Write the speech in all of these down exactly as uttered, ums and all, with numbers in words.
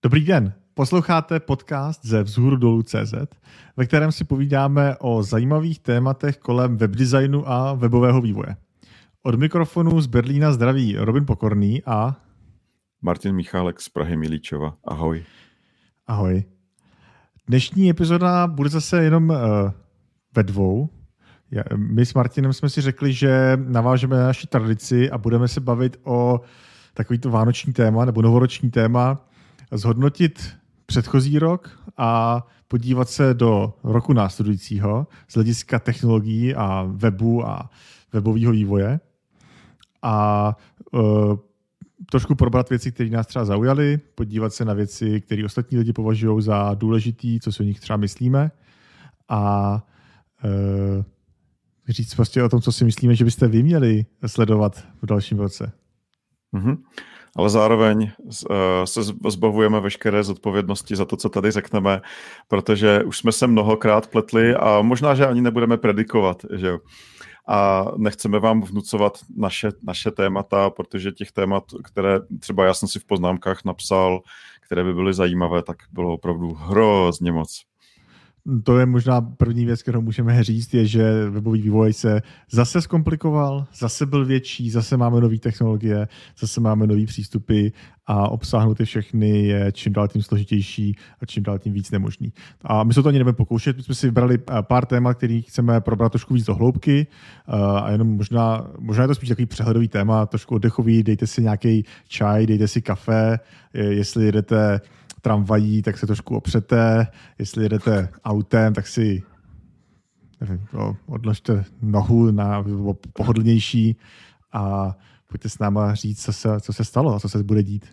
Dobrý den, posloucháte podcast ze Vzhůru dolů tečka cé zet, ve kterém si povídáme o zajímavých tématech kolem webdesignu a webového vývoje. Od mikrofonu z Berlína zdraví Robin Pokorný a Martin Michálek z Prahy Milíčova. Ahoj. Ahoj. Dnešní epizoda bude zase jenom uh, ve dvou. My s Martinem jsme si řekli, že navážeme na naši tradici a budeme se bavit o takovýto vánoční téma nebo novoroční téma, zhodnotit předchozí rok a podívat se do roku následujícího z hlediska technologií a webu a webového vývoje a uh, trošku probrat věci, které nás třeba zaujaly, podívat se na věci, které ostatní lidi považují za důležitý, co si o nich třeba myslíme a uh, říct prostě o tom, co si myslíme, že byste vy měli sledovat v dalším roce. Mm-hmm. Ale zároveň se zbavujeme veškeré zodpovědnosti za to, co tady řekneme, protože už jsme se mnohokrát pletli a možná, že ani nebudeme predikovat, že jo. A nechceme vám vnucovat naše, naše témata, protože těch témat, které třeba já jsem si v poznámkách napsal, které by byly zajímavé, tak bylo opravdu hrozně moc. To je možná první věc, kterou můžeme říct, je, že webový vývoj se zase zkomplikoval, zase byl větší, zase máme nové technologie, zase máme nové přístupy a obsáhnout je všechny je čím dál tím složitější a čím dál tím víc nemožný. A my se to ani nebudeme pokoušet, my jsme si vybrali pár témat, který chceme probrat trošku víc do hloubky a jenom možná, možná je to spíš takový přehledový téma, trošku oddechový, dejte si nějaký čaj, dejte si kafe, jestli jedete tramvají, tak se trošku opřete. Jestli jedete autem, tak si nevím, odložte nohu na pohodlnější a pojďte s náma říct, co se, co se stalo a co se bude dít.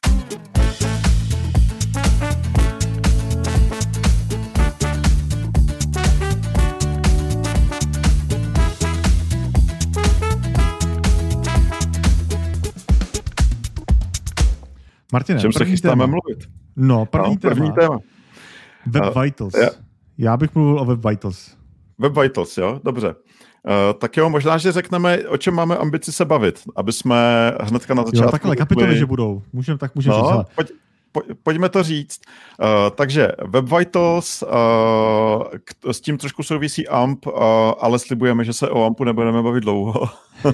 Martine, čem se chystáme mluvit? No, první, no, první téma. téma. Web uh, Vitals. Yeah. Já bych mluvil o Web Vitals. Web Vitals, jo, dobře. Uh, tak jo, možná, že řekneme, o čem máme ambici se bavit, aby jsme hnedka na začátku... Jo, takhle, kapitoly, že budou. Můžem, tak můžeme no, říct. Pojď, pojď, pojďme to říct. Uh, takže Web Vitals, uh, k, s tím trošku souvisí A M P, uh, ale slibujeme, že se o A M P nebudeme bavit dlouho. uh,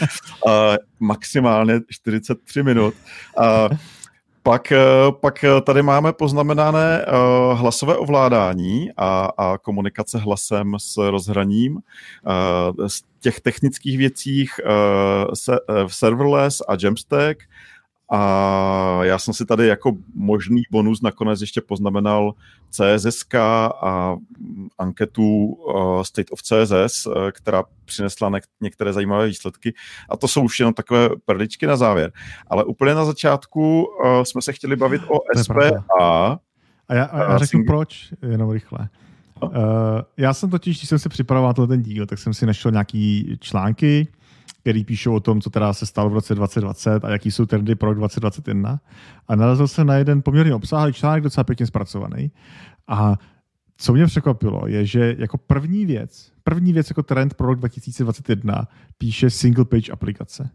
maximálně čtyřicet tři minut. Uh, Pak, pak tady máme poznamenané uh, hlasové ovládání a, a komunikace hlasem s rozhraním. Uh, z těch technických věcích uh, se, uh, serverless a Jamstack. A já jsem si tady jako možný bonus nakonec ještě poznamenal C S S a anketu uh, State of C S S, uh, která přinesla ne- některé zajímavé výsledky. A to jsou už jenom takové perličky na závěr. Ale úplně na začátku uh, jsme se chtěli bavit o S P A. A já, a já řeknu sing- proč, jenom rychle. Uh, já jsem totiž, když jsem se připravoval na ten díl, tak jsem si našel nějaký články, který píšou o tom, co teda se stalo v roce dvacet dvacet a jaký jsou trendy pro rok dvacet dvacet jedna. A narazil jsem na jeden poměrně obsáhlý článek, docela pěkně zpracovaný. A co mě překvapilo, je, že jako první věc, první věc jako trend pro rok dva tisíce dvacet jedna píše single page aplikace.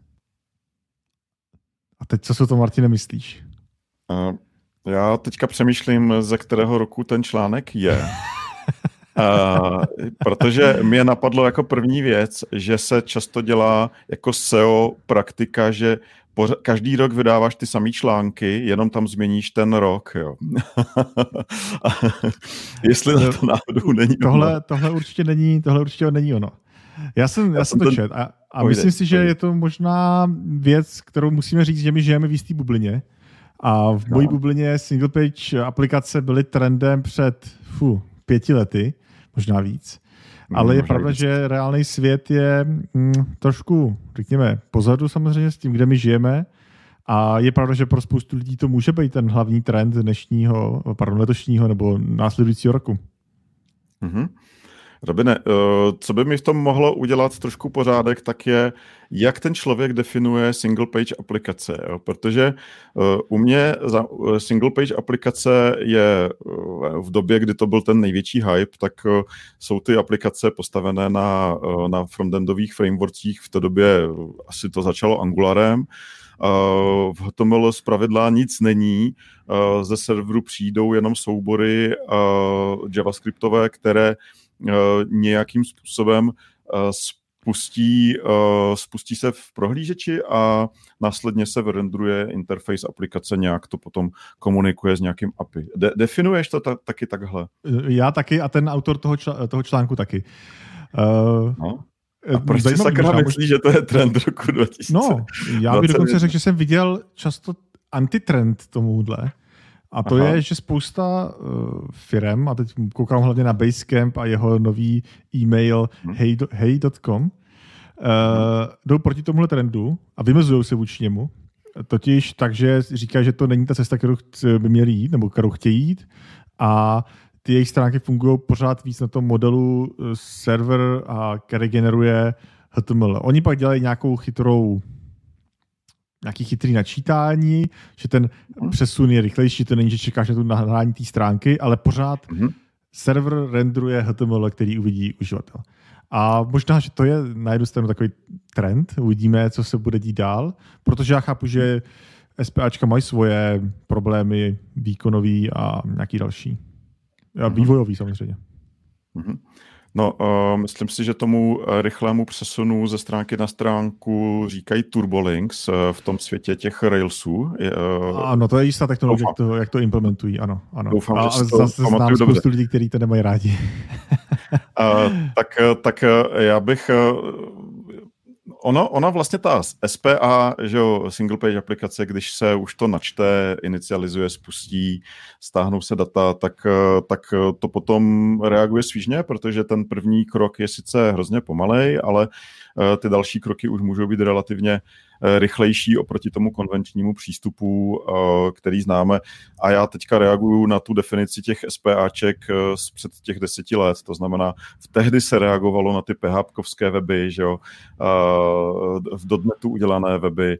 A teď co si o tom, Martine, myslíš? Uh, já teďka přemýšlím, ze kterého roku ten článek je. Uh, protože mě napadlo jako první věc, že se často dělá jako S E O praktika, že poř- každý rok vydáváš ty samý články, jenom tam změníš ten rok, jo. Jestli na to náhodou není tohle, ono. Tohle určitě není, tohle určitě není ono. Já jsem, já já jsem to ten... čet a, a pojde, myslím si, že pojde. Je to možná věc, kterou musíme říct, že my žijeme v jistý bublině. A v mojí no. bublině single page aplikace byly trendem před fu, pěti lety, možná víc. Ale mm, je pravda, víc. Že reálný svět je mm, trošku, řekněme, pozadu samozřejmě s tím, kde my žijeme. A je pravda, že pro spoustu lidí to může být ten hlavní trend dnešního, pardon, letošního nebo následujícího roku. Mhm. Robine, co by mi v tom mohlo udělat trošku pořádek, tak je, jak ten člověk definuje single page aplikace. Jo? Protože u mě single page aplikace je v době, kdy to byl ten největší hype, tak jsou ty aplikace postavené na, na frontendových frameworkcích. V té době asi to začalo Angularem v H T M L zpravidla nic není, ze serveru přijdou jenom soubory javascriptové, které nějakým způsobem spustí, spustí se v prohlížeči a následně se vyrendruje interface aplikace, nějak to potom komunikuje s nějakým A P I. De- definuješ to ta- taky takhle? Já taky a ten autor toho, čl- toho článku taky. Uh, no. A proč si sakra myslíš, že to je trend roku dva tisíce dvacet? No, já bych dokonce řekl, že jsem viděl často antitrend tomuhle. A to Aha. je, že spousta uh, firem, a teď koukám hlavně na Basecamp a jeho nový e-mail hmm. hey, hey dot com, uh, hmm. jdou proti tomuhle trendu a vymezují se vůči němu. Totiž takže říkají, že to není ta cesta, kterou by měli jít, nebo kterou chtějí jít. A ty jejich stránky fungují pořád víc na tom modelu server, a který generuje H T M L. Oni pak dělají nějakou chytrou nějaký chytrý načítání, že ten přesun je rychlejší, to není, že čekáš na tu nahrání té stránky, ale pořád mm-hmm. server rendruje H T M L, který uvidí uživatel. A možná, že to je na jednu stranu takový trend, uvidíme, co se bude dít dál, protože já chápu, že SPAčka mají svoje problémy výkonový a nějaký další. A vývojový samozřejmě. Mm-hmm. No, uh, myslím si, že tomu rychlému přesunu ze stránky na stránku říkají turbolinks uh, v tom světě těch Railsů. Uh, ano, to je jistá technologie, jak to, jak to implementují, ano. ano. Doufám, a, že zase znám spoustu lidí, kteří to nemají rádi. uh, tak, tak já bych... Uh, Ono, ona vlastně ta S P A, že jo, single page aplikace, když se už to načte, inicializuje, spustí, stáhnou se data, tak, tak to potom reaguje svížně, protože ten první krok je sice hrozně pomalej, ale ty další kroky už můžou být relativně rychlejší oproti tomu konvenčnímu přístupu, který známe. A já teďka reaguju na tu definici těch SPAček z před těch deseti let. To znamená, v tehdy se reagovalo na ty PHPkovské weby, že jo, v dotnetu udělané weby,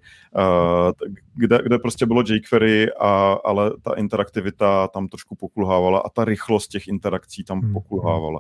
kde, kde prostě bylo jQuery, a, ale ta interaktivita tam trošku pokulhávala a ta rychlost těch interakcí tam pokulhávala.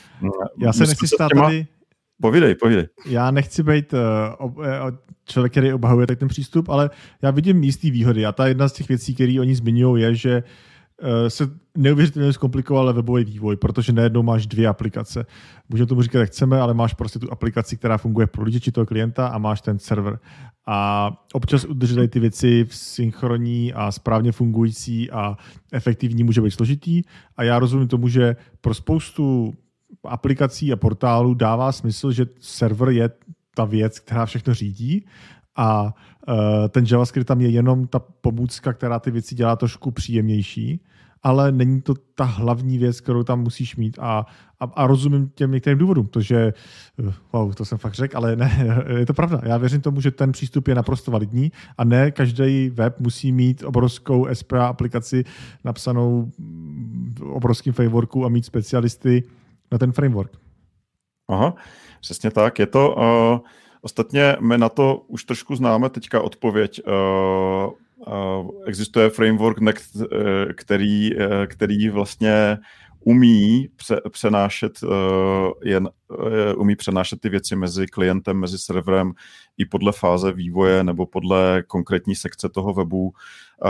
Já se nechci stát tady... Povídej, povídej. Já nechci být uh, ob, uh, člověk, který obhajuje tak ten přístup, ale já vidím jistý výhody. A ta jedna z těch věcí, které oni zmiňují, je, že uh, se neuvěřitelně zkomplikoval webový vývoj, protože najednou máš dvě aplikace. Můžeme tomu říkat, jak chceme, ale máš prostě tu aplikaci, která funguje v prohlížeči toho klienta, a máš ten server. A občas udržet ty věci v synchronní a správně fungující a efektivní může být složitý. A já rozumím tomu, že pro spoustu aplikací a portálů dává smysl, že server je ta věc, která všechno řídí, a uh, ten JavaScript tam je jenom ta pomůcka, která ty věci dělá trošku příjemnější, ale není to ta hlavní věc, kterou tam musíš mít. A, a, a rozumím těm některým důvodům, protože, wow, to jsem fakt řekl, ale ne, je to pravda. Já věřím tomu, že ten přístup je naprosto validní a ne každý web musí mít obrovskou S P A aplikaci napsanou obrovským frameworku a mít specialisty na ten framework. Aha, přesně tak. Je to... Uh, ostatně my na to už trošku známe teďka odpověď. Uh, uh, existuje framework Next, uh, který, uh, který vlastně umí pře- přenášet uh, jen uh, umí přenášet ty věci mezi klientem, mezi serverem i podle fáze vývoje nebo podle konkrétní sekce toho webu, uh,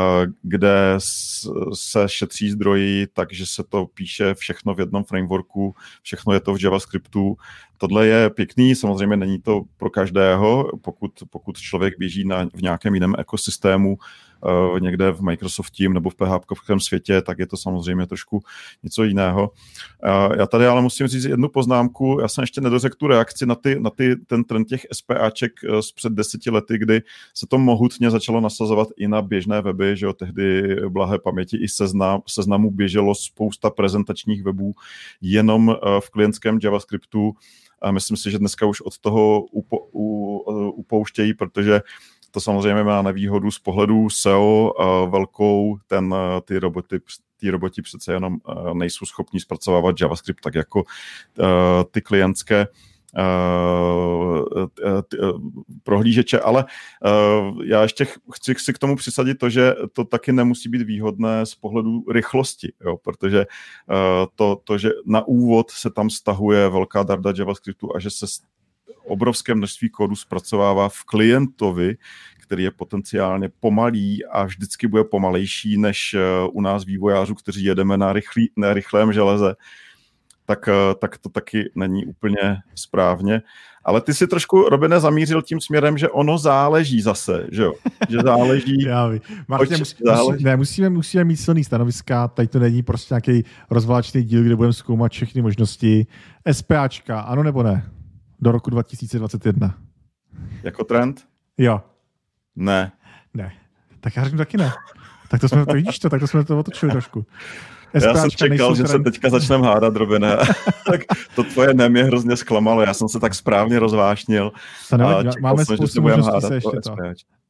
kde s- se šetří zdroji, takže se to píše všechno v jednom frameworku, všechno je to v JavaScriptu. Tohle je pěkný, samozřejmě není to pro každého, pokud, pokud člověk běží na, v nějakém jiném ekosystému, uh, někde v Microsoftím nebo v PHPkovském světě, tak je to samozřejmě trošku něco jiného. Uh, já tady ale musím říct jednu poznámku, já jsem ještě nedořekl tu reakci na, ty, na ty, ten trend těch SPAček z před deseti lety, kdy se to mohutně začalo nasazovat i na běžné weby, že jo, tehdy blahé paměti i seznam, seznamu běželo spousta prezentačních webů jenom uh, v klientském JavaScriptu. A myslím si, že dneska už od toho upo, u, upouštějí, protože to samozřejmě má nevýhodu z pohledu S E O uh, velkou, ten, uh, ty roboty, ty roboti přece jenom uh, nejsou schopní zpracovávat JavaScript tak jako uh, ty klientské Uh, t, uh, prohlížeče, ale uh, já ještě chci si k tomu přisadit to, že to taky nemusí být výhodné z pohledu rychlosti, jo, protože uh, to, to, že na úvod se tam stahuje velká darda JavaScriptu a že se obrovské množství kódu zpracovává v klientovi, který je potenciálně pomalý a vždycky bude pomalejší než u nás vývojářů, kteří jedeme na, rychlý, na rychlém železe, tak, tak to taky není úplně správně. Ale ty si trošku, Robine, zamířil tím směrem, že ono záleží zase, že jo? Že záleží... Já Martin, musí, záleží. Ne, musíme, musíme mít silný stanoviska, tady to není prostě nějaký rozvláčný díl, kde budeme zkoumat všechny možnosti. SPAčka, ano nebo ne? Do roku dva tisíce dvacet jedna. Jako trend? Jo. Ne. Ne. Tak já řeknu taky ne. Tak to jsme, to vidíš to, tak to jsme to otočili trošku. SPAčka, já jsem čekal, že trend. Se teďka začneme hádat, Robine. Tak to tvoje ne mě hrozně zklamalo. Já jsem se tak správně rozvášnil. To nevadí, máme jsem, spoustu možností se ještě to.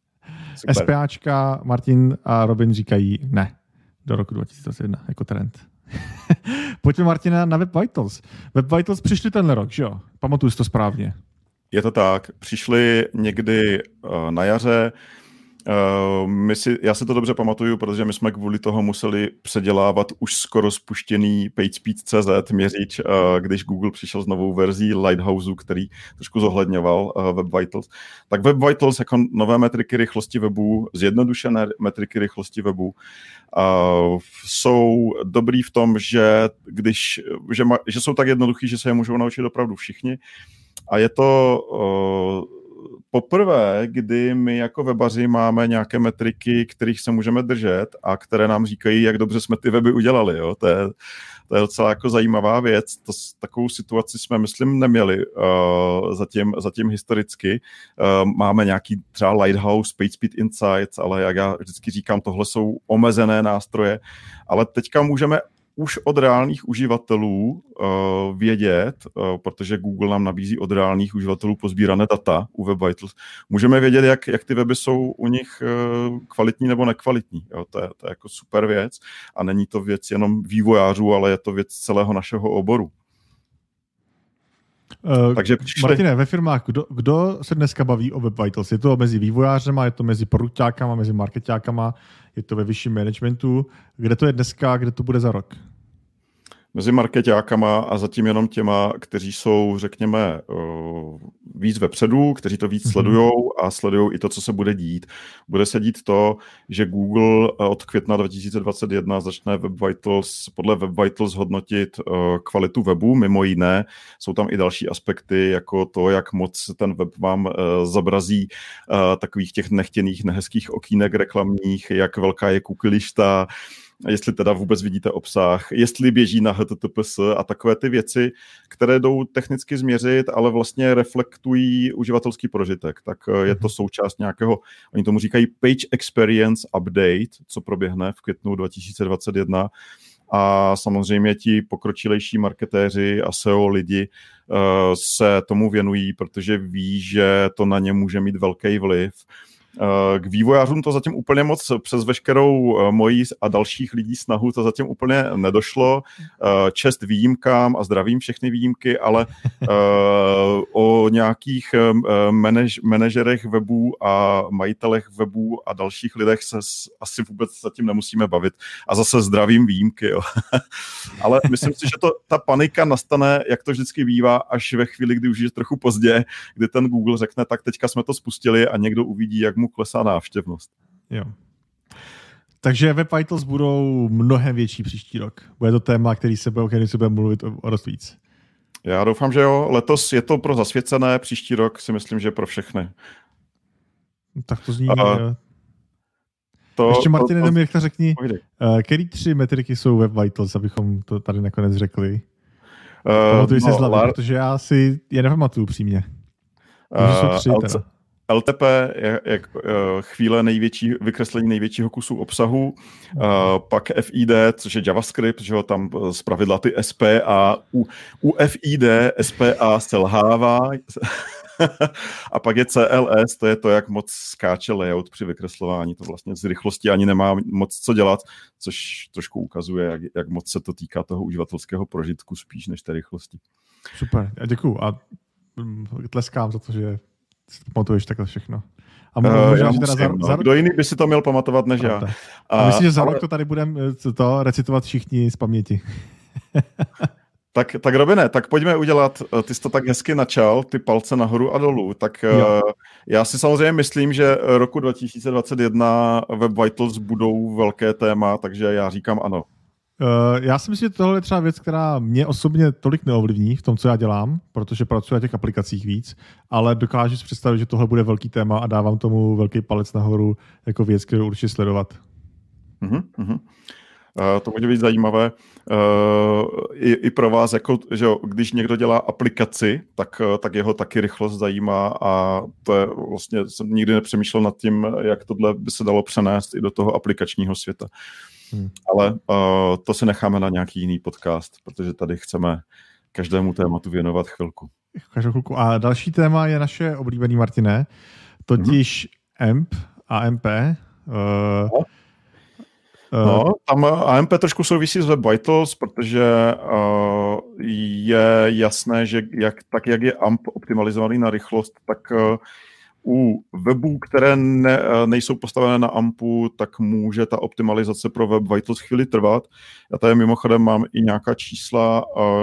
SPAčka, Martin a Robin říkají ne. Do roku dva tisíce dvacet jedna jako trend. Pojďme, Martina, na Web Vitals. Web Vitals přišli tenhle rok, že jo? Pamatuju si to správně. Je to tak. Přišli někdy uh, na jaře. Uh, my si, já si to dobře pamatuju, protože my jsme kvůli toho museli předělávat už skoro spuštěný PageSpeed tečka cé zet měřič, uh, když Google přišel s novou verzí Lighthouseu, který trošku zohledňoval uh, Web Vitals. Tak Web Vitals jako nové metriky rychlosti webu, zjednodušené metriky rychlosti webu, uh, jsou dobrý v tom, že, když, že, ma, že jsou tak jednoduchý, že se je můžou naučit opravdu všichni. A je to... Uh, poprvé, kdy my jako webaři máme nějaké metriky, kterých se můžeme držet a které nám říkají, jak dobře jsme ty weby udělali. Jo? To, je, to je docela jako zajímavá věc. To, takovou situaci jsme, myslím, neměli uh, zatím, zatím historicky. Uh, máme nějaký třeba Lighthouse, PageSpeed Insights, ale jak já vždycky říkám, tohle jsou omezené nástroje. Ale teďka můžeme už od reálných uživatelů uh, vědět, uh, protože Google nám nabízí od reálných uživatelů pozbírané data u Web Vitals, můžeme vědět, jak, jak ty weby jsou u nich uh, kvalitní nebo nekvalitní. Jo, to, je, to je jako super věc a není to věc jenom vývojářů, ale je to věc celého našeho oboru. Uh, Takže přišli... Martine, ve firmách, kdo, kdo se dneska baví o Web Vitals? Je to mezi vývojářema, je to mezi produktákama, mezi marketákama, je to ve vyšším managementu. Kde to je dneska, kde to bude za rok? Mezi marketákama a zatím jenom těma, kteří jsou, řekněme, víc vepředu, kteří to víc mm-hmm. sledujou a sledujou i to, co se bude dít. Bude se dít to, že Google od května dva tisíce dvacet jedna začne Web Vitals, podle Web Vitals hodnotit kvalitu webu, mimo jiné. Jsou tam i další aspekty, jako to, jak moc ten web vám zabrazí takových těch nechtěných, nehezkých okýnek reklamních, jak velká je cookie lista, jestli teda vůbec vidíte obsah, jestli běží na H T T P S a takové ty věci, které jdou technicky změřit, ale vlastně reflektují uživatelský prožitek. Tak je to součást nějakého, oni tomu říkají Page Experience Update, co proběhne v květnu dva tisíce dvacet jedna. A samozřejmě ti pokročilejší marketéři a S E O lidi uh, se tomu věnují, protože ví, že to na ně může mít velký vliv. K vývojářům to zatím úplně moc přes veškerou mojí a dalších lidí snahu to zatím úplně nedošlo. Čest výjimkám a zdravím všechny výjimky, ale o nějakých manaž, manažerech webů a majitelech webů a dalších lidech se asi vůbec zatím nemusíme bavit. A zase zdravím výjimky. Jo. Ale myslím si, že to, ta panika nastane, jak to vždycky bývá, až ve chvíli, kdy už je trochu pozdě, kdy ten Google řekne, tak teďka jsme to spustili a někdo uvidí, jak mu klesá návštěvnost. Jo. Takže Web Vitals budou mnohem větší příští rok. Bude to téma, který se bude, který se bude mluvit o dost víc. Já doufám, že jo. Letos je to pro zasvěcené, příští rok si myslím, že pro všechny. Tak to zní... A to, ještě Martin, jenom jak to řekni, uh, který tři metriky jsou Web Vitals, abychom to tady nakonec řekli. Uh, Pamatuji no, se zlavy, lar... protože já si je nepamatuju přímě. Uh, jsou tři teda. L T P je, je chvíle největší, vykreslení největšího kusu obsahu, uh, pak F I D, což je JavaScript, že ho tam zpravidla ty S P A, u, u F I D S P A selhává a pak je C L S, to je to, jak moc skáče layout při vykreslování, to vlastně z rychlosti ani nemá moc co dělat, což trošku ukazuje, jak, jak moc se to týká toho uživatelského prožitku spíš než té rychlosti. Super, a děkuju a tleskám za to, že si to pamatuješ takhle všechno. A možná, uh, že musím, teda za, no. za rok... Kdo jiný by si to měl pamatovat než já. A, a myslím, že za ale... rok to tady budeme to recitovat všichni z paměti. Tak, tak Robine, tak pojďme udělat, ty jsi to tak hezky načal, ty palce nahoru a dolů, tak jo. Já si samozřejmě myslím, že roku dva tisíce dvacet jedna Web Vitals budou velké téma, takže já říkám ano. Uh, já si myslím, že tohle je třeba věc, která mě osobně tolik neovlivní v tom, co já dělám, protože pracuji na těch aplikacích víc, ale dokážu si představit, že tohle bude velký téma a dávám tomu velký palec nahoru jako věc, kterou určitě sledovat. Uh-huh, uh-huh. Uh, to může být zajímavé uh, i, i pro vás, jako, že jo, když někdo dělá aplikaci, tak, tak jeho taky rychlost zajímá a to je vlastně, jsem nikdy nepřemýšlel nad tím, jak tohle by se dalo přenést i do toho aplikačního světa. Hmm. Ale uh, to se necháme na nějaký jiný podcast, protože tady chceme každému tématu věnovat chvilku. Každou chvilku. A další téma je naše oblíbený, Martine, totiž mm-hmm. A M P, A M P. Uh, no. No, tam A M P trošku souvisí s Web Vitals, protože uh, je jasné, že jak, tak jak je A M P optimalizovaný na rychlost, tak uh, u webů, které ne, nejsou postavené na A M P u, tak může ta optimalizace pro Web Vitals chvíli trvat. Já tady mimochodem mám i nějaká čísla uh,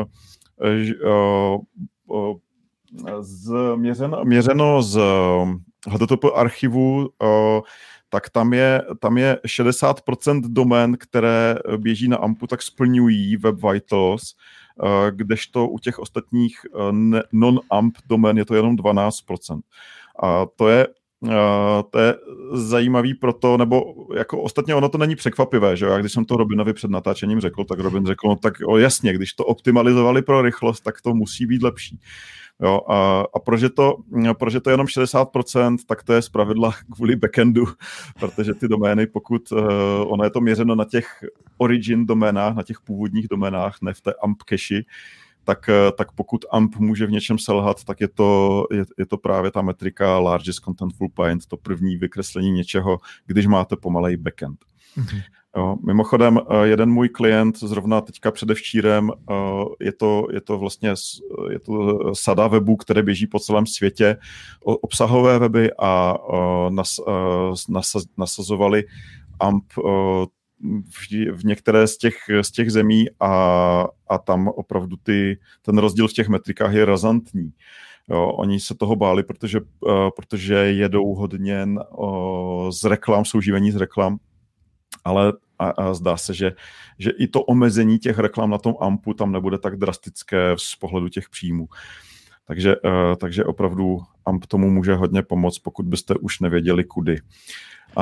uh, uh, změřeno, měřeno z H T T P archivu, uh, tak tam je, tam je šedesát procent domén, které běží na A M P u, tak splňují Web Vitals, kdežto u těch ostatních non-A M P domén je to jenom dvanáct procent. A to je, to je zajímavý proto, nebo jako ostatně ono to není překvapivé, že jo? Já když jsem to Robinovi před natáčením řekl, tak Robin řekl, no tak o, jasně, když to optimalizovali pro rychlost, tak to musí být lepší. Jo, a, a protože to, protože to je jenom šedesát procent, tak to je zpravidla kvůli backendu, protože ty domény, pokud uh, ono je to měřeno na těch origin doménách, na těch původních doménách, ne v té A M P cache, tak, tak pokud A M P může v něčem selhat, tak je to, je, je to právě ta metrika largest contentful point, to první vykreslení něčeho, když máte pomalej backend. Mm-hmm. Jo, mimochodem, jeden můj klient zrovna teďka předevčírem, je to, je to vlastně je to sada webů, které běží po celém světě, obsahové weby a nas, nas, nasazovali A M P v, v některé z těch, z těch zemí a, a tam opravdu ty, ten rozdíl v těch metrikách je razantní. Jo, oni se toho báli, protože, protože jedou hodně z reklam, soužívání z reklam, ale a, a zdá se, že, že i to omezení těch reklam na tom A M P u tam nebude tak drastické z pohledu těch příjmů. Takže, uh, takže opravdu A M P tomu může hodně pomoct, pokud byste už nevěděli kudy. Uh,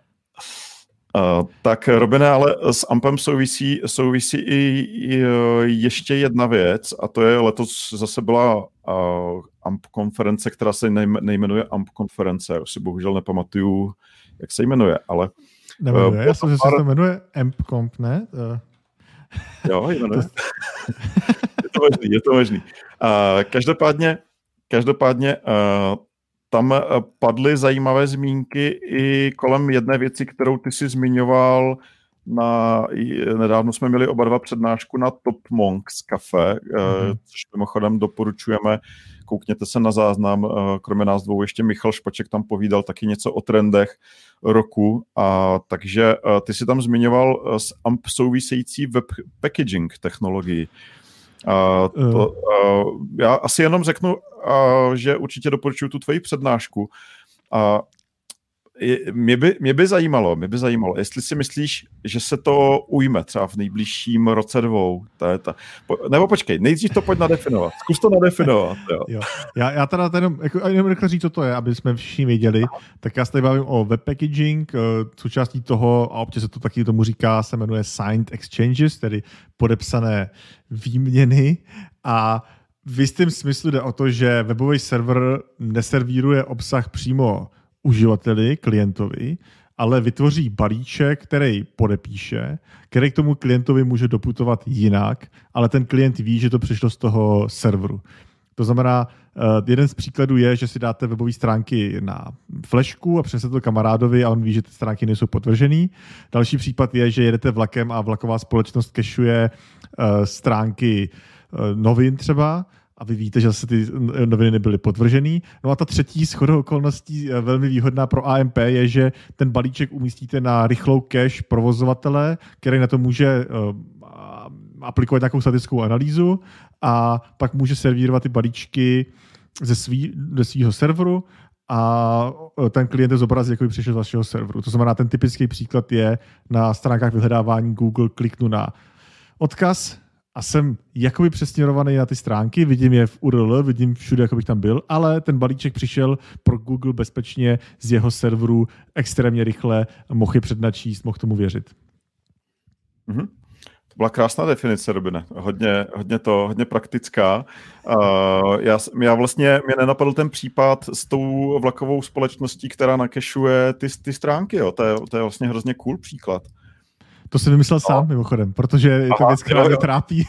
uh, tak Robine, ale s A M P em souvisí, souvisí i, i ještě jedna věc, a to je letos zase byla uh, A M P konference, která se nejmenuje A M P konference. Já si bohužel nepamatuju, jak se jmenuje, ale Nemenuje, uh, já jsem, že se to jmenuje A M P Comp, ne? Uh. Jo, jmenuje. je to možný, je to možný. Uh, každopádně, každopádně uh, tam padly zajímavé zmínky i kolem jedné věci, kterou ty jsi zmiňoval. Na, nedávno jsme měli oba dva přednášku na Top Monks Cafe, mm-hmm. uh, což mimochodem doporučujeme. Koukněte se na záznam, kromě nás dvou ještě Michal Špaček tam povídal taky něco o trendech roku, a takže ty si tam zmiňoval s A M P související web packaging technologii. A to, a já asi jenom řeknu, a, že určitě doporučuji tu tvoji přednášku. A Mě by, mě by zajímalo, mě by zajímalo, jestli si myslíš, že se to ujme třeba v nejbližším roce dvou. To je ta... Nebo počkej, nejdřív to pojď nadefinovat. Zkus to nadefinovat. Jo. Jo. Já, já teda jenom, jako, jenom rychle říct, co to je, aby jsme všichni věděli. Tak já se tady bavím o web packaging, součástí toho, a občas se to taky tomu říká, se jmenuje signed exchanges, tedy podepsané výměny. A v jistém smyslu jde o to, že webový server neservíruje obsah přímo uživateli, klientovi, ale vytvoří balíček, který podepíše, který k tomu klientovi může doputovat jinak, ale ten klient ví, že to přišlo z toho serveru. To znamená, jeden z příkladů je, že si dáte webové stránky na flešku a přinesete to kamarádovi a on ví, že ty stránky nejsou potvržený. Další případ je, že jedete vlakem a vlaková společnost kešuje stránky novin třeba, a vy víte, že zase ty noviny nebyly potvržený. No a ta třetí shodou okolností velmi výhodná pro A M P je, že ten balíček umístíte na rychlou cache provozovatele, který na to může aplikovat nějakou statickou analýzu a pak může servírovat ty balíčky ze, svý, ze svýho serveru a ten klient je zobrazí, jako by přišel z vašeho serveru. To znamená, ten typický příklad je na stránkách vyhledávání Google, kliknu na odkaz a jsem jakoby přesměrovaný na ty stránky, vidím je v U R L, vidím všude, jako bych tam byl, ale ten balíček přišel pro Google bezpečně z jeho serveru extrémně rychle, mohl je přednačíst, mohl tomu věřit. Mm-hmm. To byla krásná definice, Robine. Hodně, hodně to, hodně praktická. Uh, já, já vlastně, mě nenapadl ten případ s tou vlakovou společností, která nakešuje ty, ty stránky. Jo. To, je, to je vlastně hrozně cool příklad. To jsem vymyslel no. sám, mimochodem, protože je to věc, která mě trápí.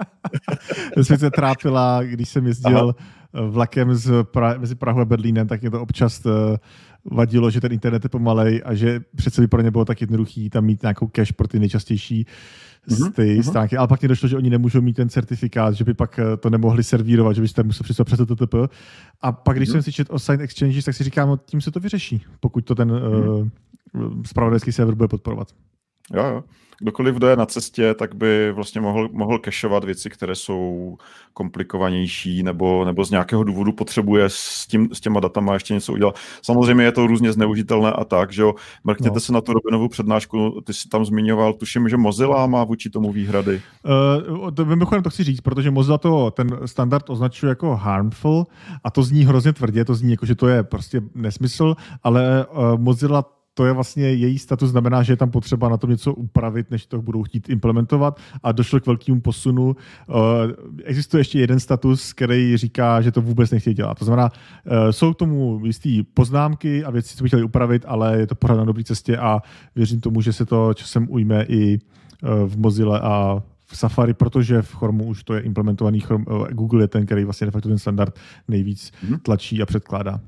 Mě se trápila, když jsem jezdil Aha. vlakem z pra- mezi Prahou a Berlínem, tak mě to občas uh, vadilo, že ten internet je pomalej a že přece by pro ně bylo tak jednoduchý tam mít nějakou cache pro ty nejčastější z ty uh-huh. stránky. Ale pak mě došlo, že oni nemůžou mít ten certifikát, že by pak to nemohli servírovat, že byste museli přistupovat přes T T P. A pak, když uh-huh. jsem si četl o Signed Exchanges, tak si říkám, no, tím se to vyřeší, pokud to ten uh-huh. uh, zpravodajský server bude podporovat. Jo, jo. Kdokoliv, kdo je na cestě, tak by vlastně mohl, mohl cacheovat věci, které jsou komplikovanější nebo, nebo z nějakého důvodu potřebuje s, tím, s těma datama ještě něco udělat. Samozřejmě je to různě zneužitelné a tak, že jo. Mrkněte no. se na tu Robinovu přednášku, ty jsi tam zmiňoval, tuším, že Mozilla má vůči tomu výhrady. Uh, to, mimochodem to chci říct, protože Mozilla to ten standard označuje jako harmful a to zní hrozně tvrdě, to zní jako, že to je prostě nesmysl, ale uh, Mozilla to je vlastně její status, znamená, že je tam potřeba na tom něco upravit, než to budou chtít implementovat a došlo k velkému posunu. Existuje ještě jeden status, který říká, že to vůbec nechtějí dělat. To znamená, jsou k tomu jistý poznámky a věci, co by chtěli upravit, ale je to pořád na dobré cestě a věřím tomu, že se to časem ujme i v Mozilla a v Safari, protože v Chromu už to je implementovaný. Chrome, Google je ten, který vlastně de facto ten standard nejvíc tlačí a předkládá.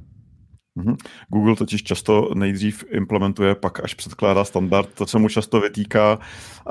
Google totiž často nejdřív implementuje, pak až předkládá standard, to se mu často vytýká.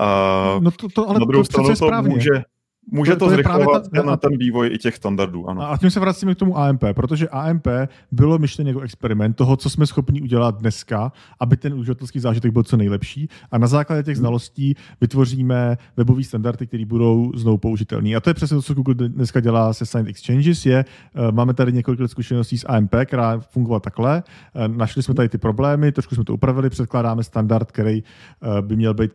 A no to, to, ale na druhou to stranu to může, může to, to zrychlovat ta, na ten vývoj i těch standardů. Ano. A tím se vracíme k tomu A M P, protože A M P bylo myšleno jako experiment toho, co jsme schopni udělat dneska, aby ten uživatelský zážitek byl co nejlepší a na základě těch znalostí vytvoříme webové standardy, které budou znovu použitelné. A to je přesně to, co Google dneska dělá se Signed Exchanges. Je, máme tady několik let zkušeností s A M P, která fungovala takhle. Našli jsme tady ty problémy, trošku jsme to upravili, předkládáme standard, který by měl být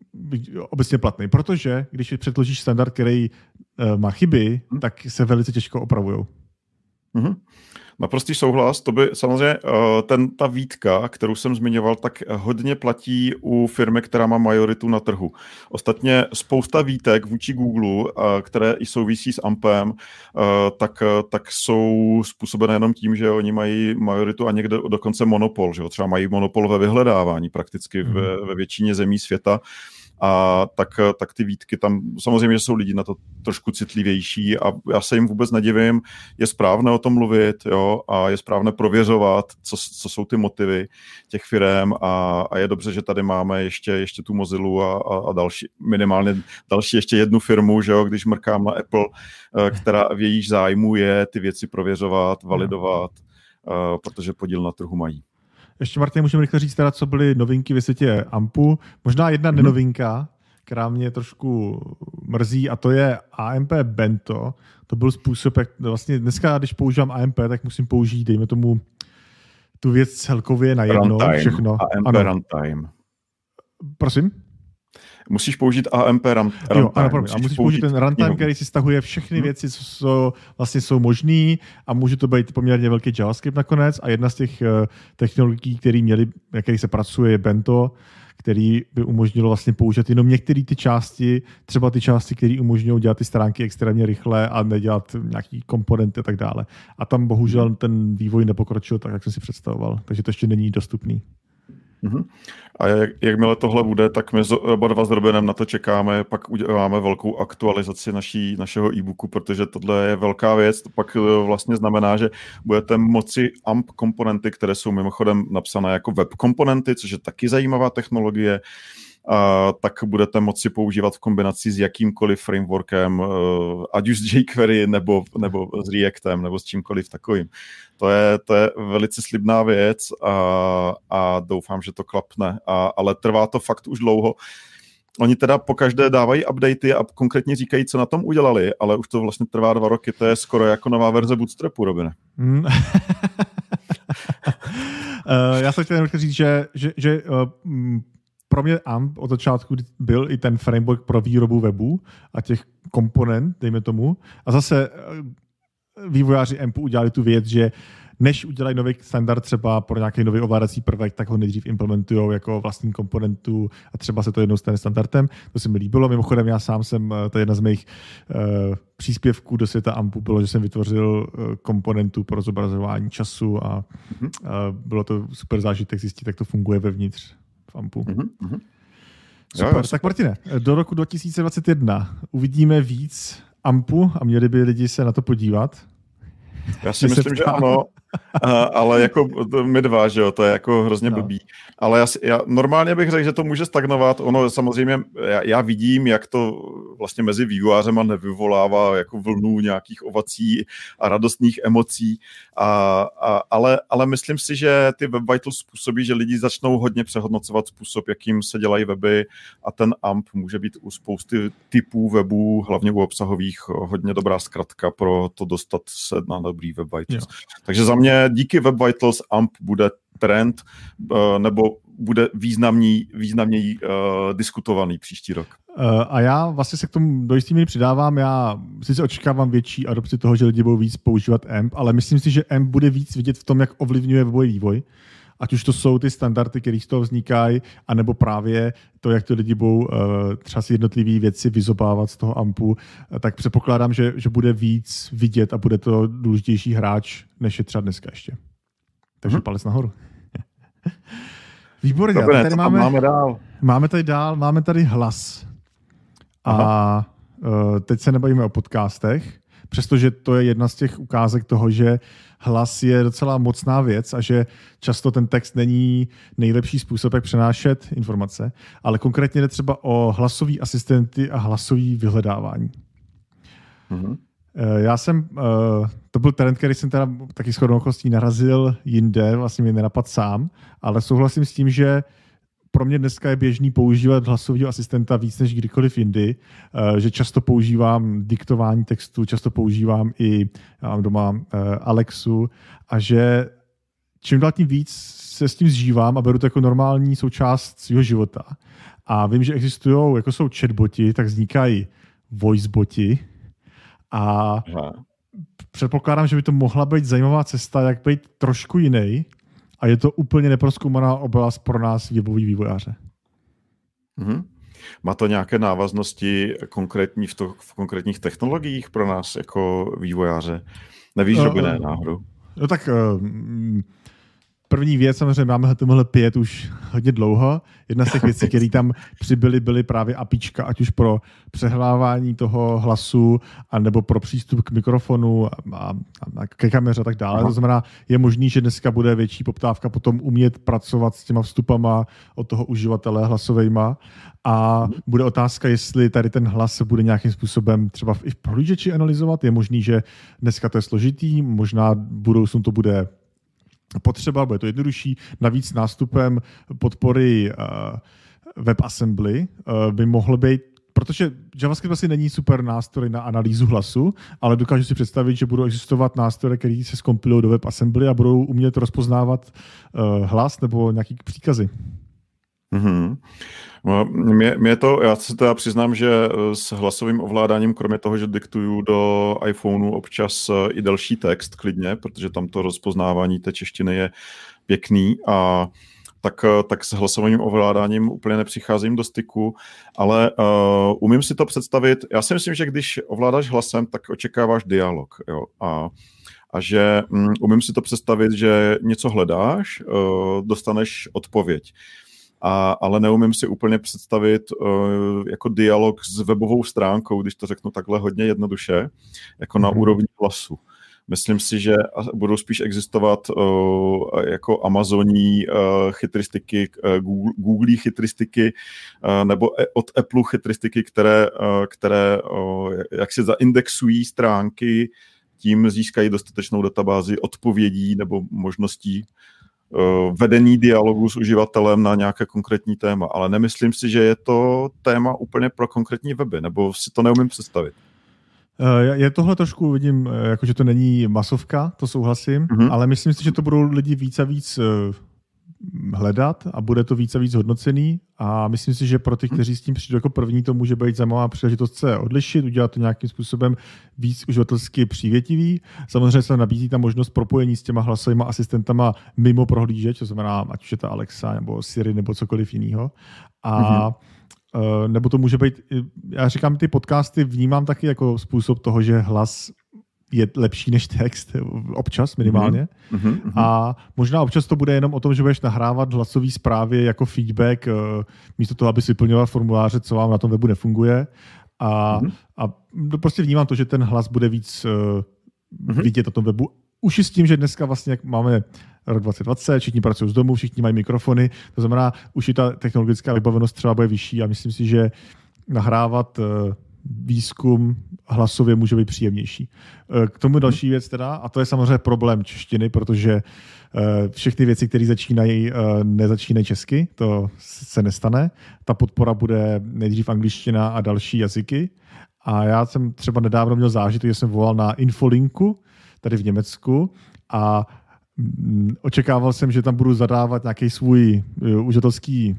obecně platný, protože když předložíš standard, který uh, má chyby, hmm. tak se velice těžko opravujou. Mm-hmm. Naprostý souhlas, to by samozřejmě ten, ta výtka, kterou jsem zmiňoval, tak hodně platí u firmy, která má majoritu na trhu. Ostatně spousta výtek vůči Google, které i souvisí s AMPem, tak, tak jsou způsobené jenom tím, že oni mají majoritu a někde dokonce monopol, že jo? Třeba mají monopol ve vyhledávání prakticky mm. ve, ve většině zemí světa. A tak, tak ty výtky tam, samozřejmě, že jsou lidi na to trošku citlivější a já se jim vůbec nedivím, je správné o tom mluvit, jo, a je správné prověřovat, co, co jsou ty motivy těch firem a, a je dobře, že tady máme ještě, ještě tu Mozilu a, a, a další, minimálně další ještě jednu firmu, že jo, když mrkám na Apple, která v jejíž zájmu je ty věci prověřovat, validovat, no. protože podíl na trhu mají. Ještě, Martin, můžeme rychle říct teda, co byly novinky ve světě AMPu. Možná jedna nenovinka, která mě trošku mrzí, a to je A M P Bento. To byl způsob, jak vlastně dneska, když používám A M P, tak musím použít, dejme tomu, tu věc celkově na jedno, runtime. všechno. A M P ano. Runtime. Prosím? Musíš použít A M P runtime. Jo, ano, musíš a musíš použít, použít ten runtime, který si stahuje všechny hmm. věci, co jsou, vlastně jsou možné a může to být poměrně velký JavaScript nakonec a jedna z těch uh, technologií, které měly, na kterých se pracuje, je Bento, který by umožnilo vlastně použít jenom některé ty části, třeba ty části, které umožňují dělat ty stránky extrémně rychle a nedělat nějaký komponenty a tak dále. A tam bohužel ten vývoj nepokročil tak, jak jsem si představoval, takže to ještě není dostupný. Uhum. A jak, jakmile tohle bude, tak my oba dva s Robinem na to čekáme, pak uděláme velkou aktualizaci naší, našeho e-booku, protože tohle je velká věc, to pak vlastně znamená, že budete moci A M P komponenty, které jsou mimochodem napsané jako web komponenty, což je taky zajímavá technologie, a tak budete moci používat v kombinaci s jakýmkoliv frameworkem, ať už s jQuery nebo, nebo s Reactem, nebo s čímkoliv takovým. To je, to je velice slibná věc a, a doufám, že to klapne, a, ale trvá to fakt už dlouho. oni teda po každé dávají updaty a konkrétně říkají, co na tom udělali, ale už to vlastně trvá dva roky, to je skoro jako nová verze Bootstrapu, Robine. Hmm. uh, já jsem chtěl říct, že, že, že uh, pro mě A M P od začátku byl i ten framework pro výrobu webu a těch komponent, dejme tomu. A zase uh, vývojáři A M P udělali tu věc, že než udělají nový standard třeba pro nějaký nový ovládací prvek, tak ho nejdřív implementujou jako vlastní komponentu a třeba se to jednou stane standardem. To se mi líbilo. Mimochodem já sám jsem, to je jedna z mých uh, příspěvků do světa A M P bylo, že jsem vytvořil uh, komponentu pro zobrazování času a uh, bylo to super zážitek zjistit, jak to funguje vevnitř v A M P. Mm-hmm. Super. Jo, jo. Tak Martine, do roku dva tisíce dvacet jedna uvidíme víc A M P a měli by lidi se na to podívat. Já si myslím, že ano, ale jako my dva, že jo, to je jako hrozně blbý. No. Ale já, já normálně bych řekl, že to může stagnovat. Ono samozřejmě, já, já vidím, jak to vlastně mezi vývojářema nevyvolává jako vlnu nějakých ovací a radostných emocí, a, a, ale, ale myslím si, že ty Web Vitals způsobí, že lidi začnou hodně přehodnocovat způsob, jakým se dělají weby a ten A M P může být u spousty typů webů, hlavně u obsahových, hodně dobrá zkratka pro to dostat se na dobrý Web Vitals. Jo. Takže za mě díky Web Vitals A M P bude trend nebo bude významný, významněji uh, diskutovaný příští rok. Uh, a já vlastně se k tomu do jistý míry přidávám. Já sice očekávám větší adopci toho, že lidi budou víc používat A M P, ale myslím si, že A M P bude víc vidět v tom, jak ovlivňuje webový vývoj. Ať už to jsou ty standardy, které z toho vznikají, anebo právě to, jak ty lidi budou uh, třeba si jednotlivé věci vyzobávat z toho A M P u, tak předpokládám, že, že bude víc vidět a bude to důležitější hráč, než je třeba dneska ještě. Takže hmm. palec nahoru. Výborně. Dobre, tady máme, máme dál. Máme tady dál, máme tady hlas. A uh, teď se nebavíme o podcastech, přestože to je jedna z těch ukázek toho, že hlas je docela mocná věc a že často ten text není nejlepší způsob, jak přenášet informace, ale konkrétně jde třeba o hlasový asistenty a hlasový vyhledávání. Mm-hmm. Já jsem, to byl trend, který jsem teda taky shodou okolností narazil jinde, vlastně mě nenapad sám, ale souhlasím s tím, že pro mě dneska je běžný používat hlasového asistenta víc než kdykoliv jindy, že často používám diktování textu, často používám i já mám doma Alexu a že čím dál tím víc se s tím zžívám a beru to jako normální součást svého života. A vím, že existují, jako jsou chatboti, tak vznikají voiceboti a Aha. předpokládám, že by to mohla být zajímavá cesta, jak být trošku jiný. A je to úplně neprozkoumaná oblast pro nás webový vývojáře. Mm-hmm. Má to nějaké návaznosti konkrétní v, to, v konkrétních technologiích pro nás jako vývojáře? Nevíš, že by ne náhodou? No tak první věc, samozřejmě máme tohle pět už hodně dlouho. Jedna z těch věcí, které tam přibyly, byly právě APIčka, ať už pro přehlávání toho hlasu, anebo pro přístup k mikrofonu a, a, a ke kameře a tak dále. Aha. To znamená, je možný, že dneska bude větší poptávka potom umět pracovat s těma vstupama od toho uživatele hlasovejma a bude otázka, jestli tady ten hlas se bude nějakým způsobem třeba i v prohlížeči analyzovat. Je možný, že dneska to je složitý, možná v budoucnu to bude potřeba, bude to jednodušší. Navíc nástupem podpory uh, WebAssembly uh, by mohl být, protože JavaScript asi není super nástroj na analýzu hlasu, ale dokážu si představit, že budou existovat nástroje, které se zkompilují do WebAssembly a budou umět rozpoznávat uh, hlas nebo nějaký příkazy. Mm-hmm. Mě, mě to, já se teda přiznám, že s hlasovým ovládáním, kromě toho, že diktuju do iPhoneu občas i delší text klidně, protože tam to rozpoznávání té češtiny je pěkný a tak, tak s hlasovým ovládáním úplně nepřicházím do styku, ale uh, umím si to představit. Já si myslím, že když ovládáš hlasem, tak očekáváš dialog. Jo? A, a že um, umím si to představit, že něco hledáš, uh, dostaneš odpověď. A, ale neumím si úplně představit uh, jako dialog s webovou stránkou, když to řeknu takhle hodně jednoduše, jako na úrovni hlasu. Myslím si, že budou spíš existovat uh, jako Amazoní uh, chytristiky, uh, Google, Google chytristiky uh, nebo od Apple chytristiky, které, uh, které uh, jak si zaindexují stránky, tím získají dostatečnou databázi odpovědí nebo možností vedení dialogu s uživatelem na nějaké konkrétní téma, ale nemyslím si, že je to téma úplně pro konkrétní weby, nebo si to neumím představit. Je tohle trošku, vidím, jako že to není masovka, to souhlasím, mm-hmm. ale myslím si, že to budou lidi víc a víc hledat a bude to víc a víc hodnocený a myslím si, že pro ty, kteří s tím přijdou jako první, to může být zajímavá příležitost se odlišit, udělat to nějakým způsobem víc uživatelsky přívětivý. Samozřejmě se nabízí ta možnost propojení s těma hlasovými asistentama mimo prohlížeč, to znamená, ať už je to Alexa nebo Siri nebo cokoliv jiného. A mm-hmm. nebo to může být, já říkám, ty podcasty vnímám taky jako způsob toho, že hlas je lepší než text, občas minimálně. Mm-hmm. A možná občas to bude jenom o tom, že budeš nahrávat hlasové zprávy jako feedback, místo toho, aby si vyplňoval formuláře, co vám na tom webu nefunguje. A, mm-hmm. a prostě vnímám to, že ten hlas bude víc mm-hmm. vidět na tom webu. Už i s tím, že dneska vlastně, jak máme rok dvacet dvacet, všichni pracují z domu, všichni mají mikrofony, to znamená, už i ta technologická vybavenost třeba bude vyšší a myslím si, že nahrávat výzkum hlasově může být příjemnější. K tomu další věc teda, a to je samozřejmě problém češtiny, protože všechny věci, které začínají, nezačínají česky, to se nestane. Ta podpora bude nejdřív angličtina a další jazyky. A já jsem třeba nedávno měl zážitek, že jsem volal na Infolinku, tady v Německu, a očekával jsem, že tam budu zadávat nějaký svůj uživatelský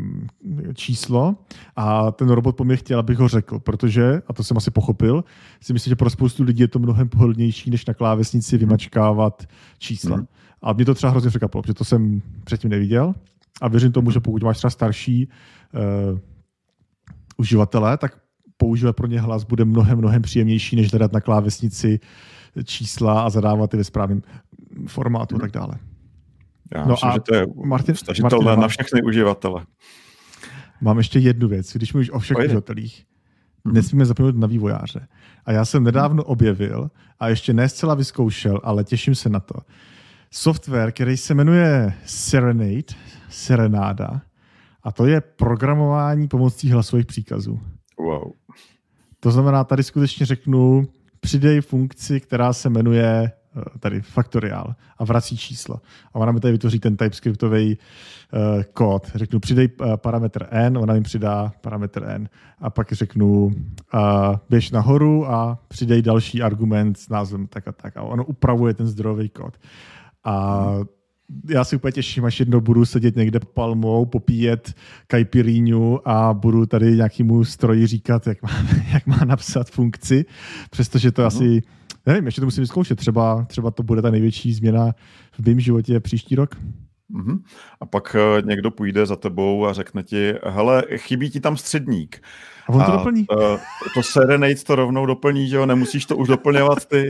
číslo a ten robot po mě chtěl, abych ho řekl, protože, a to jsem asi pochopil, si myslím, že pro spoustu lidí je to mnohem pohodlnější, než na klávesnici vymačkávat čísla. Mm. A mě to třeba hrozně překvapilo, protože to jsem předtím neviděl a věřím tomu, že pokud máš třeba starší uh, uživatele, tak používat pro ně hlas bude mnohem, mnohem příjemnější, než hledat na klávesnici čísla a zadávat je ve správném formátu a tak dále. Já no myslím, a že to je Martin, stažitelné Martin, na všechny uživatele. Mám ještě jednu věc. Když mluvíš o všech Pojde. uživatelích, mm-hmm. nesmíme zapomenout na vývojáře. A já jsem nedávno objevil a ještě ne zcela vyzkoušel, ale těším se na to. Software, který se jmenuje Serenade, Serenáda, a to je programování pomocí hlasových příkazů. Wow. To znamená, tady skutečně řeknu, přidej funkci, která se jmenuje tady faktoriál a vrací číslo. A ona mi tady vytvoří ten TypeScriptový uh, kód. Řeknu, přidej uh, parametr n, ona mi přidá parametr n. A pak řeknu, uh, běž nahoru a přidej další argument s názvem tak a tak. A ono upravuje ten zdrojový kód. A já si úplně těším, až jednou budu sedět někde pod palmou, popíjet caipirinhu a budu tady nějakému stroji říkat, jak má, jak má napsat funkci, přestože to uh-huh. asi, nevím, ještě to musím zkoušet, třeba, třeba to bude ta největší změna v mém životě příští rok. Uh-huh. A pak uh, někdo půjde za tebou a řekne ti, hele, chybí ti tam středník. A on to a, doplní. Uh, to Serenade to rovnou doplní, že jo, nemusíš to už doplňovat ty.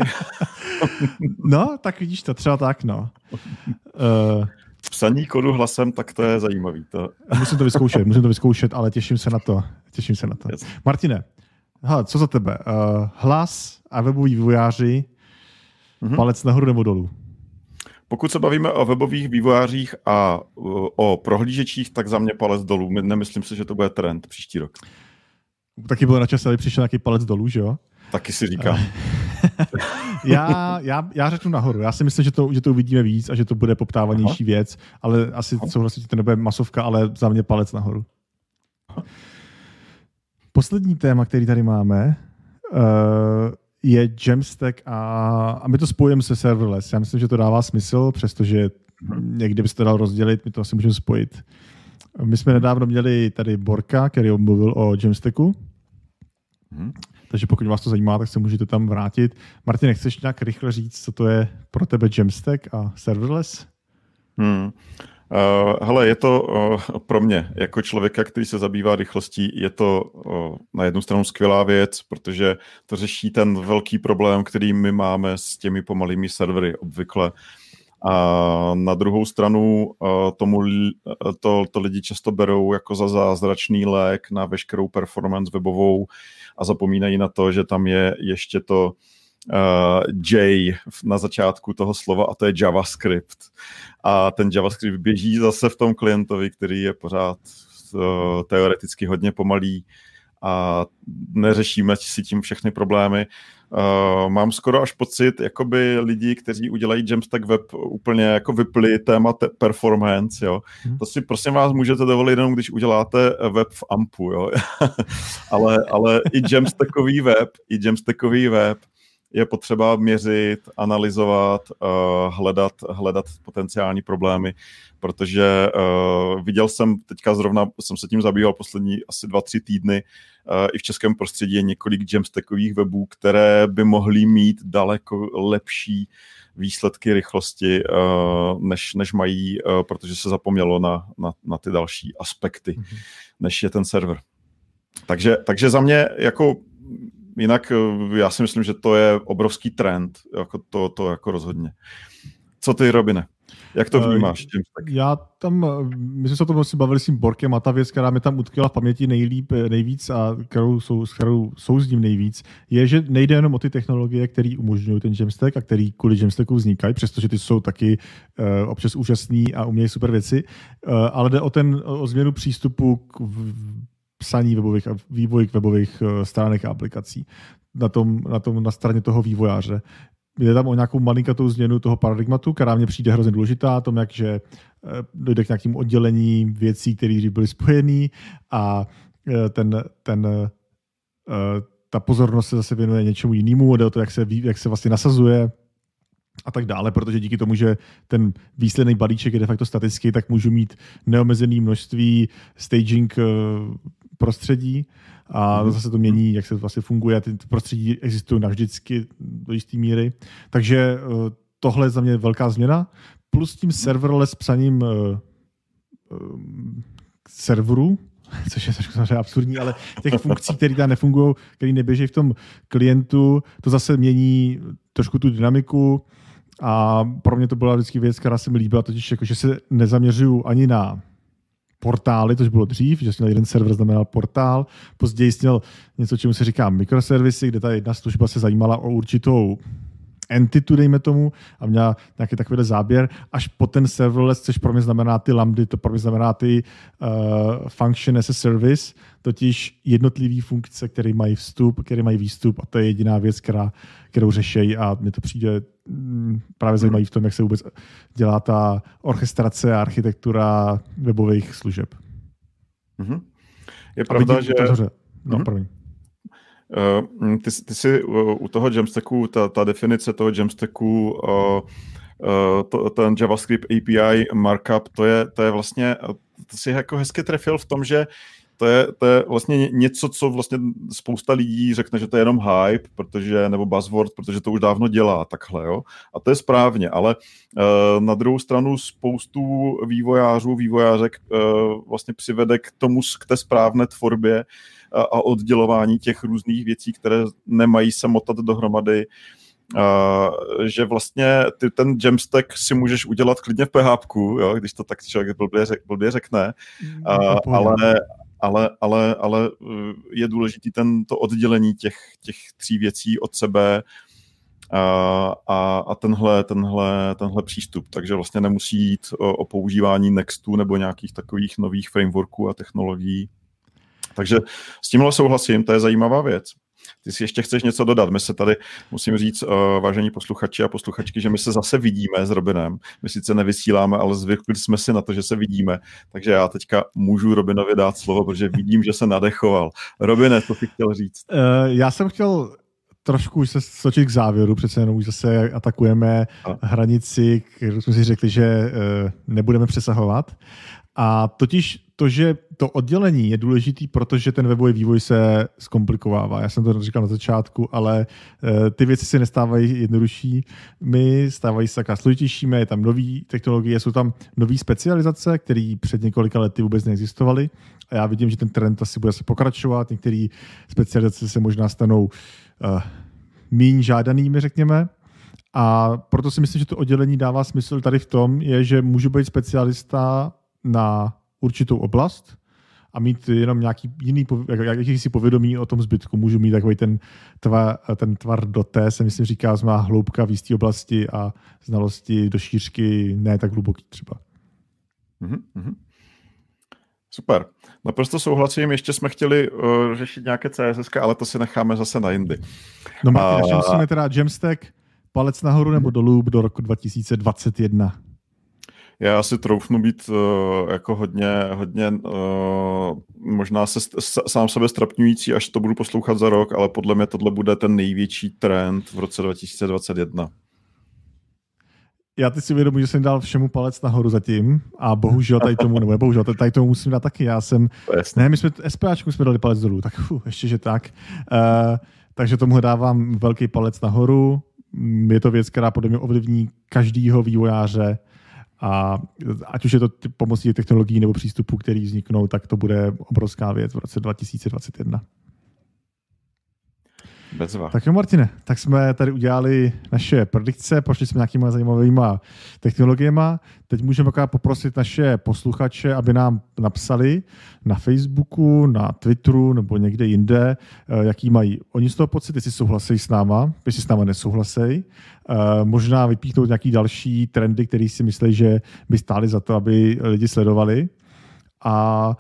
No, tak vidíš to, třeba tak, no. Uh, Psaní kodu hlasem, tak to je zajímavý. To... Musím to vyzkoušet, musím to vyzkoušet, ale těším se na to. Těším se na to. Yes. Martine, hele, co za tebe? Uh, hlas a weboví vývojáři, mm-hmm. palec nahoru nebo dolů? Pokud se bavíme o webových vývojářích a o prohlížečích, tak za mě palec dolů. Nemyslím si, že to bude trend příští rok. Taky bylo na čase, aby přišel nějaký palec dolů, že jo? Taky si říkám. já, já, já řeknu nahoru. Já si myslím, že to, že to uvidíme víc a že to bude poptávanější Aha. věc, ale asi souhlasím, že to nebude masovka, ale za mě palec nahoru. Aha. Poslední téma, který tady máme, uh, je Jamstack a, a my to spojíme se serverless. Já myslím, že to dává smysl, přestože někdy by se to dal rozdělit, my to asi můžeme spojit. My jsme nedávno měli tady Borka, který mluvil o Jamstacku. Hmm. Takže pokud vás to zajímá, tak se můžete tam vrátit. Martin, nechceš nějak rychle říct, co to je pro tebe Jamstack a serverless? Hmm. Uh, hele, je to uh, pro mě, jako člověka, který se zabývá rychlostí, je to uh, na jednu stranu skvělá věc, protože to řeší ten velký problém, který my máme s těmi pomalými servery obvykle. A na druhou stranu uh, tomu to, to lidi často berou jako za zázračný lék na veškerou performance webovou a zapomínají na to, že tam je ještě to Uh, J na začátku toho slova a to je JavaScript. A ten JavaScript běží zase v tom klientovi, který je pořád uh, teoreticky hodně pomalý a neřešíme si tím všechny problémy. Uh, mám skoro až pocit, jakoby lidi, kteří udělají Jamstack web, úplně jako vypli téma te- performance, jo. Hmm. To si prosím vás můžete dovolit jenom, když uděláte web v Ampu, jo. ale, ale i Jamstackový web, i Jamstackový web je potřeba měřit, analyzovat, uh, hledat, hledat potenciální problémy, protože uh, viděl jsem teďka zrovna, jsem se tím zabýval poslední asi dva, tři týdny, uh, i v českém prostředí je několik Jamstackových webů, které by mohly mít daleko lepší výsledky rychlosti, uh, než, než mají, uh, protože se zapomnělo na, na, na ty další aspekty, mm-hmm. než je ten server. Takže, takže za mě jako jinak já si myslím, že to je obrovský trend, jako to, to jako rozhodně. Co ty, Robine? Jak to vnímáš? Uh, já tam, my jsme se o tom vlastně bavili s tím Borkem a ta věc, která mi tam utkvěla v paměti nejlíp, nejvíc a kterou jsou, s kterou souzním nejvíc, je, že nejde jenom o ty technologie, které umožňují ten Jamstack a který kvůli Jamstacku vznikají, přestože ty jsou taky uh, občas úžasný a umějí super věci, uh, ale jde o, ten, o změnu přístupu k psaní webových a vývoji webových stránek a aplikací na, tom, na, tom, na straně toho vývojáře. Jde tam o nějakou malinkatou změnu toho paradigmatu, která mně přijde hrozně důležitá, tom, jak, že dojde k nějakým oddělení věcí, které byly spojené a ten, ten, ta pozornost se zase věnuje něčemu jinému, jde o to, jak se, jak se vlastně nasazuje a tak dále, protože díky tomu, že ten výsledný balíček je de facto statický, tak můžu mít neomezené množství staging prostředí a zase to mění, jak se vlastně funguje. Ty prostředí existují navždycky do jisté míry. Takže tohle je za mě velká změna. Plus tím serverless psaním uh, uh, serverů, což je trošku samozřejmě absurdní, ale těch funkcí, které tam nefungují, které neběží v tom klientu, to zase mění trošku tu dynamiku a pro mě to byla vždycky věc, která se mi líbila, totiž jako, že se nezaměřuju ani na portály, tož bylo dřív, že jsi měl jeden server, znamenal portál, později jsi měl něco, čemu se říká mikroservisy, kde ta jedna služba se zajímala o určitou entitu, dejme tomu, a měla nějaký takovýhle záběr, až po ten serverless, což pro mě znamená ty lambdy, to pro mě znamená ty uh, function as a service, totiž jednotlivý funkce, které mají vstup, které mají výstup a to je jediná věc, která, kterou řešejí a mně to přijde mm, právě zajímavý v tom, jak se vůbec dělá ta orchestrace a architektura webových služeb. Mm-hmm. Je pravda, že... No, mm-hmm. první. Uh, ty, ty jsi uh, u toho Jamstacku, ta, ta definice toho Jamstacku, uh, uh, to, ten JavaScript A P I markup, to je, to je vlastně, to jsi jako hezky trefil v tom, že to je, to je vlastně něco, co vlastně spousta lidí řekne, že to je jenom hype, protože, nebo buzzword, protože to už dávno dělá takhle, jo. A to je správně, ale uh, na druhou stranu spoustu vývojářů, vývojářek uh, vlastně přivede k tomu, k té správné tvorbě a oddělování těch různých věcí, které nemají se motat dohromady, uh, že vlastně ty ten Jamstack si můžeš udělat klidně v PHPku, jo, když to tak člověk blbě, řek, blbě řekne, uh, ale, ale, ale, ale je důležitý ten, to oddělení těch, těch tří věcí od sebe a, a, a tenhle, tenhle, tenhle přístup. Takže vlastně nemusí jít o, o používání Nextu nebo nějakých takových nových frameworků a technologií. Takže s tímhle souhlasím, to je zajímavá věc. Ty si ještě chceš něco dodat. My se tady, musím říct, uh, vážení posluchači a posluchačky, že my se zase vidíme s Robinem. My sice nevysíláme, ale zvykli jsme si na to, že se vidíme. Takže já teďka můžu Robinovi dát slovo, protože vidím, že se nadechoval. Robine, co jsi chtěl říct? Uh, já jsem chtěl trošku už se stočit k závěru, přece jenom už zase atakujeme a. hranici, kterou jsme si řekli, že uh, nebudeme přesahovat. A totiž to, že to oddělení je důležitý, protože ten webový vývoj se zkomplikovává. Já jsem to říkal na začátku, ale uh, ty věci se nestávají jednodušší. My stávají se taká složitějšími, je tam nový technologie, jsou tam nový specializace, které před několika lety vůbec neexistovaly. A já vidím, že ten trend asi bude se pokračovat. Některé specializace se možná stanou uh, míň žádanými, řekněme. A proto si myslím, že to oddělení dává smysl tady v tom, je, že můžu být specialista na určitou oblast a mít jenom nějaký jiný jakýsi povědomí o tom zbytku. Můžu mít takový ten tvar, ten tvar do té, se myslím říká, má hloubka v jisté oblasti a znalosti do šířky ne tak hluboký třeba. Mm-hmm. Super. Naprosto souhlasím, ještě jsme chtěli uh, řešit nějaké C S S, ale to si necháme zase na jindy. No Martin, ještě musíme teda Jamstack, palec nahoru nebo dolů do roku dva tisíce dvacet jedna. Já si troufnu být uh, jako hodně, hodně uh, možná se s, sám sebe strapňující, až to budu poslouchat za rok, ale podle mě tohle bude ten největší trend v roce dva tisíce dvacet jedna. Já teď si uvědomuji, že jsem dal všemu palec nahoru zatím a bohužel tady tomu, nebo bohužel tady tomu musím dát taky. Já jsem, ne, my jsme SPAčku jsme dali palec dolů, tak fuh, ještě, že tak. Uh, takže tomu dávám velký palec nahoru. Je to věc, která podle mě ovlivní každýho vývojáře a ať už je to pomocí technologií nebo přístupů, který vzniknou, tak to bude obrovská věc v roce dva tisíce dvacet jedna. Bezva. Tak jo, Martine, tak jsme tady udělali naše predikce, prošli jsme nějakýma zajímavými technologiemi. Teď můžeme poprosit naše posluchače, aby nám napsali na Facebooku, na Twitteru nebo někde jinde, jaký mají oni z toho pocit, jestli souhlasí s náma, jestli s náma nesouhlasí. Možná vypíchnout nějaký další trendy, které si myslí, že by stály za to, aby lidi sledovali. A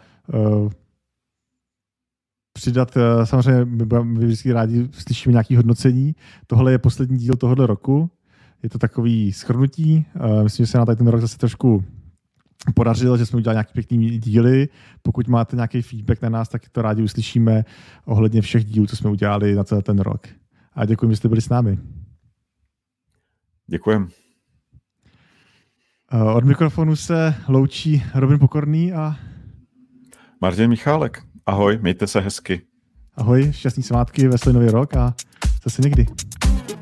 přidat, samozřejmě my vždycky rádi slyšíme nějaké hodnocení. Tohle je poslední díl tohoto roku. Je to takový shrnutí. Myslím, že se nám tady ten rok zase trošku podařilo, že jsme udělali nějaké pěkný díly. Pokud máte nějaký feedback na nás, tak to rádi uslyšíme ohledně všech dílů, co jsme udělali na celý ten rok. A děkuji, že jste byli s námi. Děkujem. Od mikrofonu se loučí Robin Pokorný a Martin Michálek. Ahoj, mějte se hezky. Ahoj, šťastný svátky, veselý nový rok a zase někdy.